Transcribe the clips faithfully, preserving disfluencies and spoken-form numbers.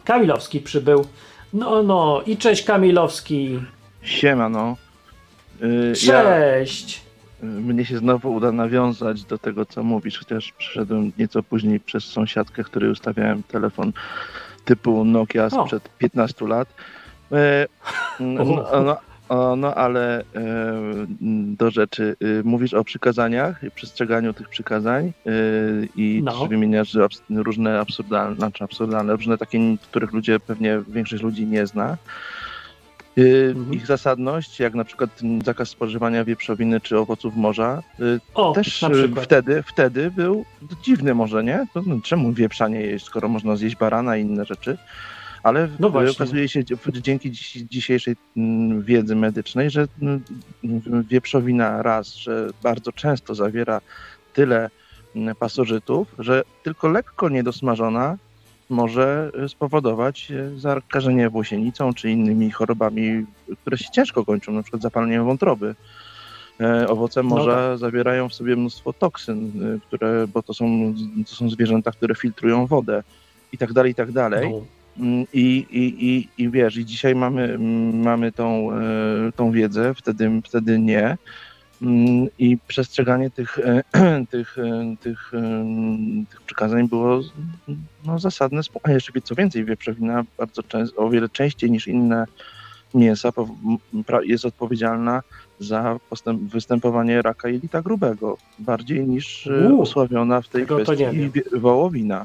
Kamilowski przybył. No, no i cześć Kamilowski. Siema, no. Yy, Cześć. Ja, mnie się znowu uda nawiązać do tego, co mówisz, chociaż przyszedłem nieco później przez sąsiadkę, której ustawiałem telefon typu Nokia sprzed piętnastu lat. Yy, no, no, no, no, ale yy, do rzeczy. Yy, mówisz o przykazaniach, przestrzeganiu tych przykazań yy, i no. Też wymieniasz że abs- różne absurdalne, znaczy absurdalne, różne takie, których ludzie, pewnie większość ludzi nie zna. Yy, mhm. Ich zasadność, jak na przykład zakaz spożywania wieprzowiny czy owoców morza, yy, o, też wtedy, wtedy był dziwny może, nie? To, no, czemu wieprza nie jeść, skoro można zjeść barana i inne rzeczy? Ale no okazuje się dzięki dzisiejszej wiedzy medycznej, że wieprzowina raz, że bardzo często zawiera tyle pasożytów, że tylko lekko niedosmażona może spowodować zakażenie włosienicą czy innymi chorobami, które się ciężko kończą, na przykład zapaleniem wątroby. Owoce morza no tak. zawierają w sobie mnóstwo toksyn, które, bo to są, to są zwierzęta, które filtrują wodę i tak dalej, i tak dalej. No. I, i, i, I wiesz, i dzisiaj mamy, mamy tą, tą wiedzę, wtedy, wtedy nie. I przestrzeganie tych, tych, tych, tych przykazań było no, zasadne. A jeszcze co więcej, wieprzowina bardzo często, o wiele częściej niż inne mięsa jest odpowiedzialna za postęp, występowanie raka jelita grubego. Bardziej niż U, osławiona w tej kwestii wołowina.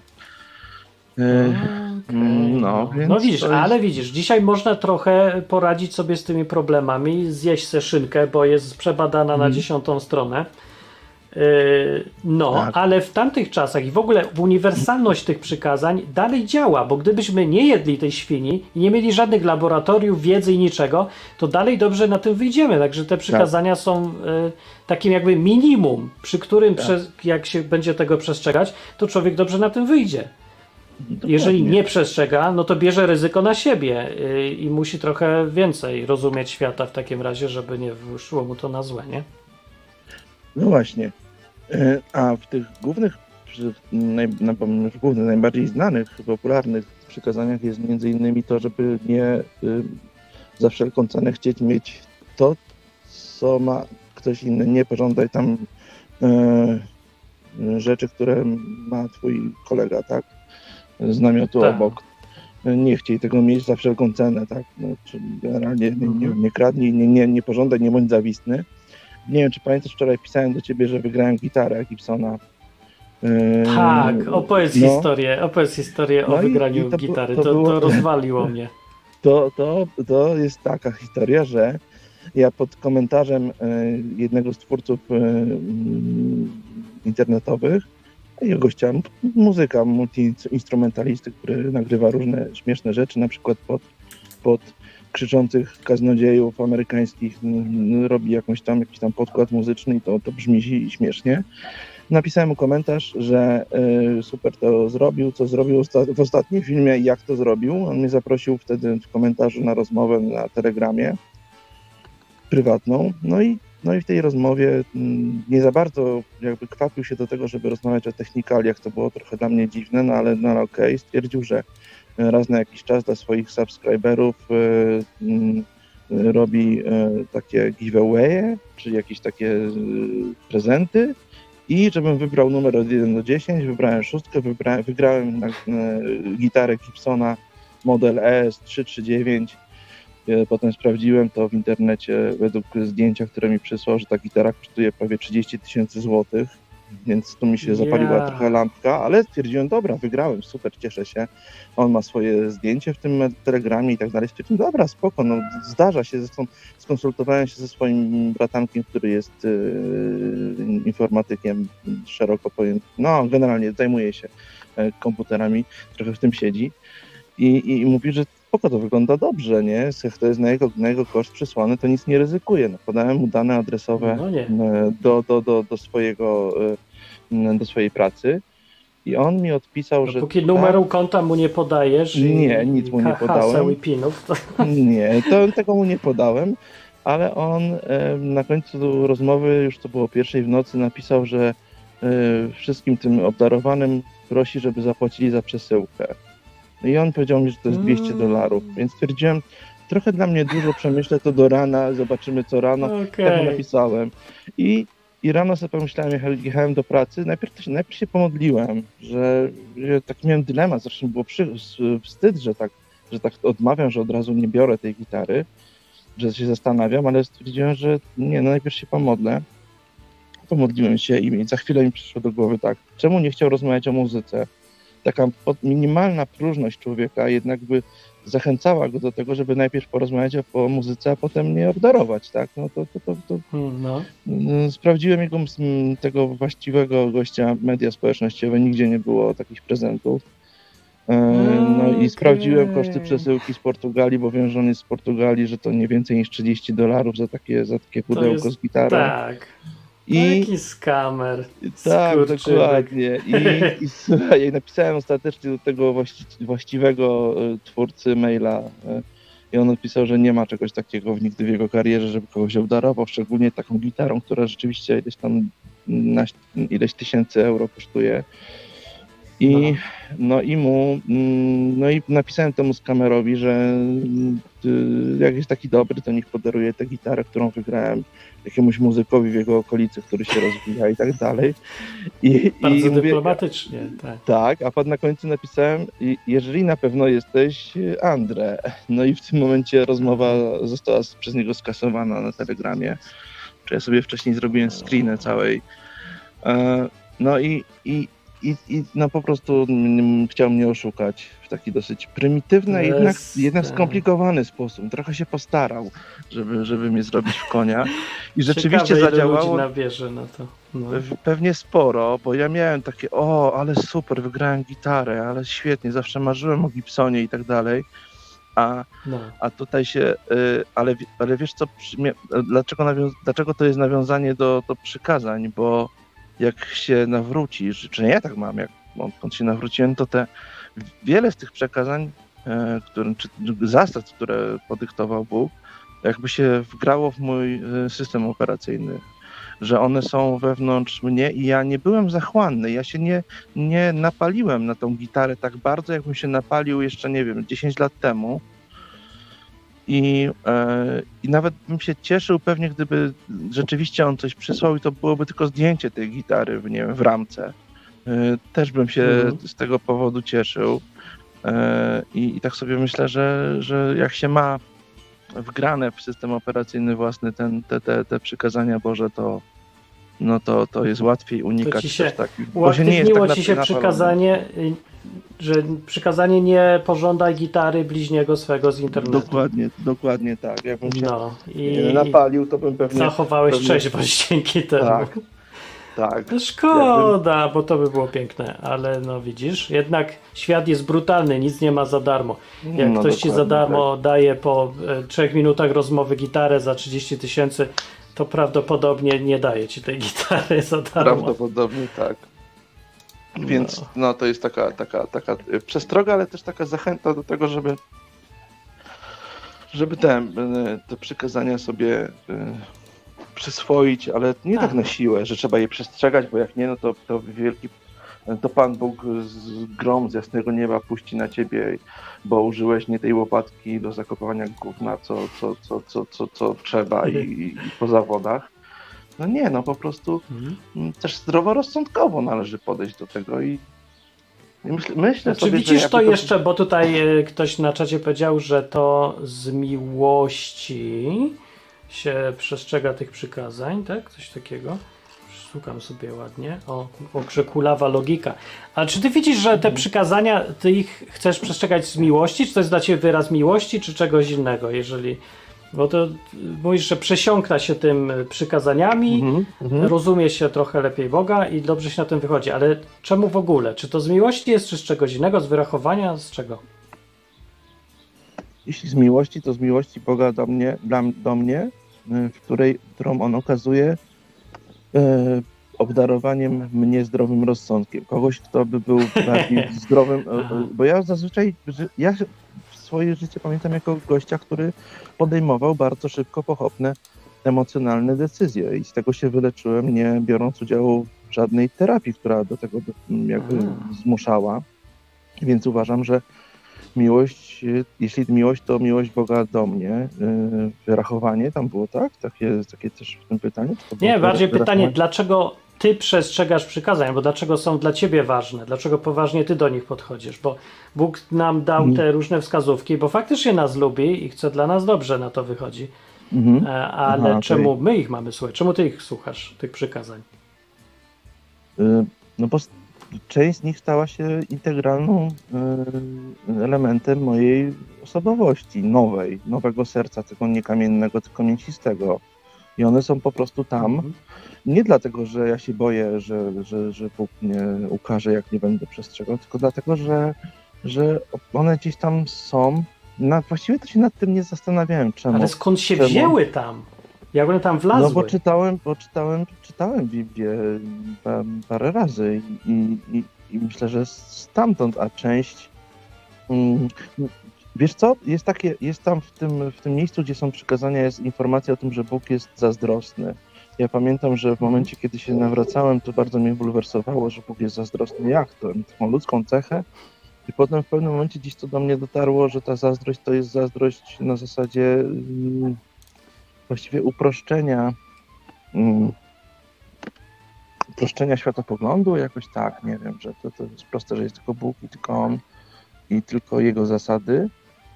Okay, no, więc no widzisz, jest... ale widzisz, dzisiaj można trochę poradzić sobie z tymi problemami, zjeść se szynkę, bo jest przebadana na dziesiątą stronę. Yy, no, tak. Ale w tamtych czasach i w ogóle uniwersalność tych przykazań dalej działa, bo gdybyśmy nie jedli tej świni i nie mieli żadnych laboratoriów, wiedzy i niczego, to dalej dobrze na tym wyjdziemy. Także te przykazania tak. są yy, takim jakby minimum, przy którym tak. przez, jak się będzie tego przestrzegać, to człowiek dobrze na tym wyjdzie. Dokładnie. Jeżeli nie przestrzega, no to bierze ryzyko na siebie yy, i musi trochę więcej rozumieć świata w takim razie, żeby nie wyszło mu to na złe, nie? No właśnie. Yy, a w tych głównych, naj, na, w głównych, najbardziej znanych, popularnych przykazaniach jest między innymi to, żeby nie yy, za wszelką cenę chcieć mieć to, co ma ktoś inny. Nie pożądaj tam yy, rzeczy, które ma twój kolega, tak? Z namiotu tak. obok. Nie chciej tego mieć za wszelką cenę, tak? No, czyli generalnie nie, nie, nie kradnij, nie, nie, nie pożądaj, nie bądź zawistny. Nie wiem, czy pamiętasz, wczoraj pisałem do ciebie, że wygrałem gitarę Gibsona. Yy, tak, opowiedz no. historię, opowiedz historię no o wygraniu to, gitary, to, to, było, to rozwaliło mnie. To, to, to jest taka historia, że ja pod komentarzem jednego z twórców internetowych jego gościa, muzyka, multiinstrumentalisty, który nagrywa różne śmieszne rzeczy, na przykład pod, pod krzyczących kaznodziejów amerykańskich robi jakąś tam, jakiś tam podkład muzyczny i to, to brzmi śmiesznie. Napisałem mu komentarz, że y, super to zrobił, co zrobił osta- w ostatnim filmie i jak to zrobił. On mnie zaprosił wtedy w komentarzu na rozmowę na Telegramie prywatną. No i No i w tej rozmowie nie za bardzo jakby kwapił się do tego, żeby rozmawiać o technikaliach, to było trochę dla mnie dziwne, no ale, no ale okej, okay. Stwierdził, że raz na jakiś czas dla swoich subskryberów y, y, robi y, takie giveawaye, czy jakieś takie y, prezenty i żebym wybrał numer od jeden do dziesięciu, wybrałem szóstkę, wybra- wygrałem na, na gitarę Gibsona model E S trzysta trzydzieści dziewięć. Potem sprawdziłem to w internecie według zdjęcia, które mi przysłał, że ta gitara kosztuje prawie trzydzieści tysięcy złotych, więc tu mi się zapaliła yeah. trochę lampka, ale stwierdziłem, dobra, wygrałem, super, cieszę się. On ma swoje zdjęcie w tym telegramie i tak dalej. Stwierdziłem, dobra, spoko, no zdarza się, zresztą skonsultowałem się ze swoim bratankiem, który jest yy, informatykiem, szeroko pojętym, no generalnie zajmuje się komputerami, trochę w tym siedzi i, i mówi, że spoko, to wygląda dobrze, nie? Jak to jest na jego, na jego koszt przysłany, to nic nie ryzykuje. No, podałem mu dane adresowe no do, do, do, do, swojego, do swojej pracy i on mi odpisał, no, że... Póki numeru konta mu nie podajesz nie, nic mu nie podałem. I pinów, to... Nie, to tego mu nie podałem, ale on na końcu rozmowy, już to było pierwszej w nocy, napisał, że wszystkim tym obdarowanym prosi, żeby zapłacili za przesyłkę. No i on powiedział mi, że to jest dwieście dolarów, więc stwierdziłem, trochę dla mnie dużo, przemyślę to do rana, zobaczymy co rano, okay. Tak mu napisałem. I, I rano sobie pomyślałem, jechałem do pracy, najpierw, się, najpierw się pomodliłem, że, że tak miałem dylemat, zresztą było przy, wstyd, że tak, że tak odmawiam, że od razu nie biorę tej gitary, że się zastanawiam, ale stwierdziłem, że nie, no najpierw się pomodlę. Pomodliłem się i za chwilę mi przyszło do głowy tak, czemu nie chciał rozmawiać o muzyce? Taka minimalna próżność człowieka jednak by zachęcała go do tego, żeby najpierw porozmawiać o, o muzyce, a potem mnie obdarować, tak? No to, to, to, to no. Sprawdziłem jego, tego właściwego gościa media społecznościowe, nigdzie nie było takich prezentów. No okay. I sprawdziłem koszty przesyłki z Portugalii, bo wiem, że on jest z Portugalii, że to nie więcej niż trzydzieści dolarów za takie, za takie pudełko jest, z gitarą. Tak. I taki skamer. Tak, dokładnie. I, i słuchaj, napisałem ostatecznie do tego właści właściwego twórcy maila i on odpisał, że nie ma czegoś takiego nigdy w jego karierze, żeby kogoś obdarował, szczególnie taką gitarą, która rzeczywiście ileś tam na, ileś tysięcy euro kosztuje. I, no. no i mu, no i napisałem temu skamerowi, że jak jest taki dobry, to niech podaruje tę gitarę, którą wygrałem jakiemuś muzykowi w jego okolicy, który się rozwija i tak dalej. I, Bardzo i dyplomatycznie, mówię, tak. Tak, a pod na końcu napisałem, jeżeli na pewno jesteś Andre. No i w tym momencie rozmowa została przez niego skasowana na Telegramie. Czy ja sobie wcześniej zrobiłem screenę całej. No i, i I, I no po prostu chciał mnie oszukać w taki dosyć prymitywny, yes, jednak, jednak skomplikowany sposób. Trochę się postarał, żeby, żeby mnie zrobić w konia. I rzeczywiście Ciekawe, zadziałało. Ludzi nabierze na to. No. Pewnie sporo, bo ja miałem takie, o, ale super, wygrałem gitarę, ale świetnie, zawsze marzyłem o Gibsonie i tak dalej. A, no. a tutaj się, y, ale, ale wiesz co, dlaczego, dlaczego to jest nawiązanie do, do przykazań, bo jak się nawrócisz, czy nie ja tak mam, jak odkąd się nawróciłem, to te wiele z tych przekazań, e, które, czy zasad, które podyktował Bóg, jakby się wgrało w mój system operacyjny, że one są wewnątrz mnie i ja nie byłem zachłanny, ja się nie, nie napaliłem na tą gitarę tak bardzo, jakbym się napalił jeszcze, nie wiem, dziesięć lat temu. I, e, I nawet bym się cieszył pewnie, gdyby rzeczywiście on coś przysłał i to byłoby tylko zdjęcie tej gitary w, nie wiem, w ramce. E, też bym się mm. z tego powodu cieszył. E, i, I tak sobie myślę, że, że jak się ma wgrane w system operacyjny własny ten, te, te, te przykazania Boże, to, no to, to jest łatwiej unikać. To ci się, tak, bo się nie jest tak ci się przykazanie, że przykazanie nie pożądaj gitary bliźniego swego z internetu. Dokładnie, dokładnie tak. Jakbym się no, i napalił, to bym pewnie... Zachowałeś pewnie... trzeźwość dzięki temu. Tak, tak. No szkoda, jakbym... bo to by było piękne, ale no widzisz, jednak świat jest brutalny, nic nie ma za darmo. Jak no, ktoś ci za darmo tak. daje po e, trzech minutach rozmowy gitarę za trzydzieści tysięcy, to prawdopodobnie nie daje ci tej gitary za darmo. Prawdopodobnie tak. Więc no. no to jest taka, taka, taka przestroga, ale też taka zachęta do tego, żeby żeby te, te przykazania sobie przyswoić, ale nie tak. tak na siłę, że trzeba je przestrzegać, bo jak nie, no to, to wielki to Pan Bóg z grom z jasnego nieba puści na ciebie, bo użyłeś nie tej łopatki do zakopywania gówna, co, co, co, co, co, co trzeba i, i po zawodach. No nie, no po prostu mhm. też zdroworozsądkowo należy podejść do tego i myśl, myślę Czy sobie, widzisz że to jeszcze, bo tutaj ktoś na czacie powiedział, że to z miłości się przestrzega tych przykazań, tak? Coś takiego. Szukam sobie ładnie. O, o kulawa logika. Ale czy ty widzisz, że te przykazania, ty ich chcesz przestrzegać z miłości? Czy to jest dla ciebie wyraz miłości, czy czegoś innego? Jeżeli... Bo to mówisz, że przesiąkna się tym przykazaniami, mm-hmm. rozumie się trochę lepiej Boga i dobrze się na tym wychodzi. Ale czemu w ogóle? Czy to z miłości jest, czy z czegoś innego? Z wyrachowania? Z czego? Jeśli z miłości, to z miłości Boga do mnie, dla, do mnie w której, którą On okazuje e, obdarowaniem mnie zdrowym rozsądkiem. Kogoś, kto by był bardziej zdrowym, e, bo ja zazwyczaj, ja swoje życie pamiętam jako gościa, który podejmował bardzo szybko pochopne, emocjonalne decyzje i z tego się wyleczyłem, nie biorąc udziału w żadnej terapii, która do tego jakby zmuszała, więc uważam, że miłość, jeśli miłość, to miłość Boga do mnie, wyrachowanie tam było, tak? Takie, takie też w tym pytaniu? Nie, bardziej pytanie, dlaczego ty przestrzegasz przykazań, bo dlaczego są dla ciebie ważne, dlaczego poważnie ty do nich podchodzisz, bo Bóg nam dał te różne wskazówki, bo faktycznie nas lubi i chce dla nas dobrze, na to wychodzi, mhm. ale Aha, czemu okay. my ich mamy słuchać? Czemu ty ich słuchasz, tych przykazań? No bo część z nich stała się integralną elementem mojej osobowości, nowej, nowego serca, tego nie kamiennego, tylko mięsistego. I one są po prostu tam, mhm. nie dlatego, że ja się boję, że, że, że Bóg mnie ukaże, jak nie będę przestrzegał, tylko dlatego, że, że one gdzieś tam są. Na, właściwie to się nad tym nie zastanawiałem, czemu. Ale skąd się czemu? wzięły tam? Jak one tam wlazły? No bo czytałem, bo czytałem, czytałem Biblię parę razy i, i, i myślę, że stamtąd, a część... Mm, wiesz co, jest takie, jest tam w tym, w tym miejscu, gdzie są przykazania, jest informacja o tym, że Bóg jest zazdrosny. Ja pamiętam, że w momencie, kiedy się nawracałem, to bardzo mnie bulwersowało, że Bóg jest zazdrosny. Jak to? Taką ludzką cechę. I potem w pewnym momencie gdzieś to do mnie dotarło, że ta zazdrość to jest zazdrość na zasadzie yy, właściwie uproszczenia yy, uproszczenia światopoglądu, jakoś tak, nie wiem, że to, to jest proste, że jest tylko Bóg i tylko On i tylko Jego zasady.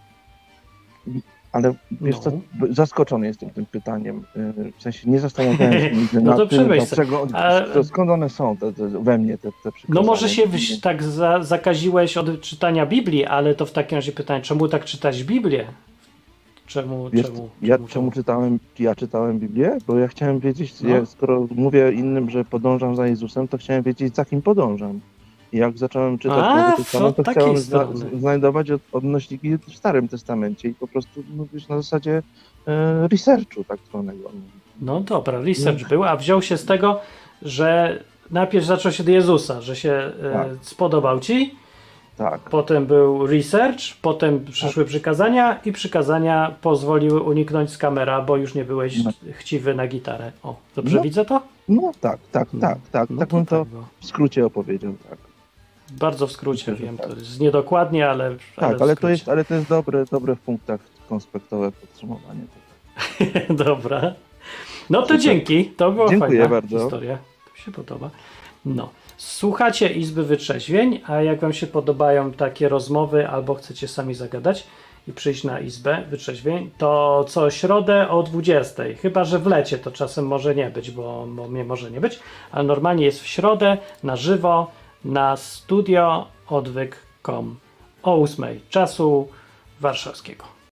Ale wiesz no. co, zaskoczony jestem tym pytaniem. W sensie nie zastanawiałem się nigdy no nad tym, dlaczego, A... to, skąd one są te, te, we mnie, te, te przykazania. No może się w, tak za, zakaziłeś od czytania Biblii, ale to w takim razie pytanie, czemu tak czytać Biblię? Czemu, wiesz, czemu, ja czemu, czemu czytałem, ja czytałem Biblię? Bo ja chciałem wiedzieć, no. ja, skoro mówię innym, że podążam za Jezusem, to chciałem wiedzieć, za kim podążam. I jak zacząłem czytać A, Nowy Testament, to chciałem zna, znajdować od, odnośniki w Starym Testamencie i po prostu mówisz na zasadzie e, researchu tak zwanego. No dobra, research no. był, a wziął się z tego, że najpierw zaczął się do Jezusa, że się e, tak. spodobał ci, tak. potem był research, potem przyszły tak. przykazania i przykazania pozwoliły uniknąć z kamera, bo już nie byłeś no. chciwy na gitarę. O, dobrze no. widzę to? No tak, tak, tak, tak. No tak bym to, to w skrócie opowiedział, tak. Bardzo w skrócie, Myślę, wiem, tak. to jest niedokładnie, ale Tak, ale, ale, to, jest, ale to jest dobre, dobre w punktach konspektowe podsumowanie. Dobra. No to Super. dzięki, to była Dziękuję fajna bardzo. historia. To mi się podoba. No. Słuchacie Izby Wytrzeźwień, a jak wam się podobają takie rozmowy albo chcecie sami zagadać i przyjść na Izbę Wytrzeźwień, to co środę o dwudziestej. Chyba że w lecie to czasem może nie być, bo, bo mnie może nie być, ale normalnie jest w środę na żywo na studio odwyk kropka com o ósmej czasu warszawskiego.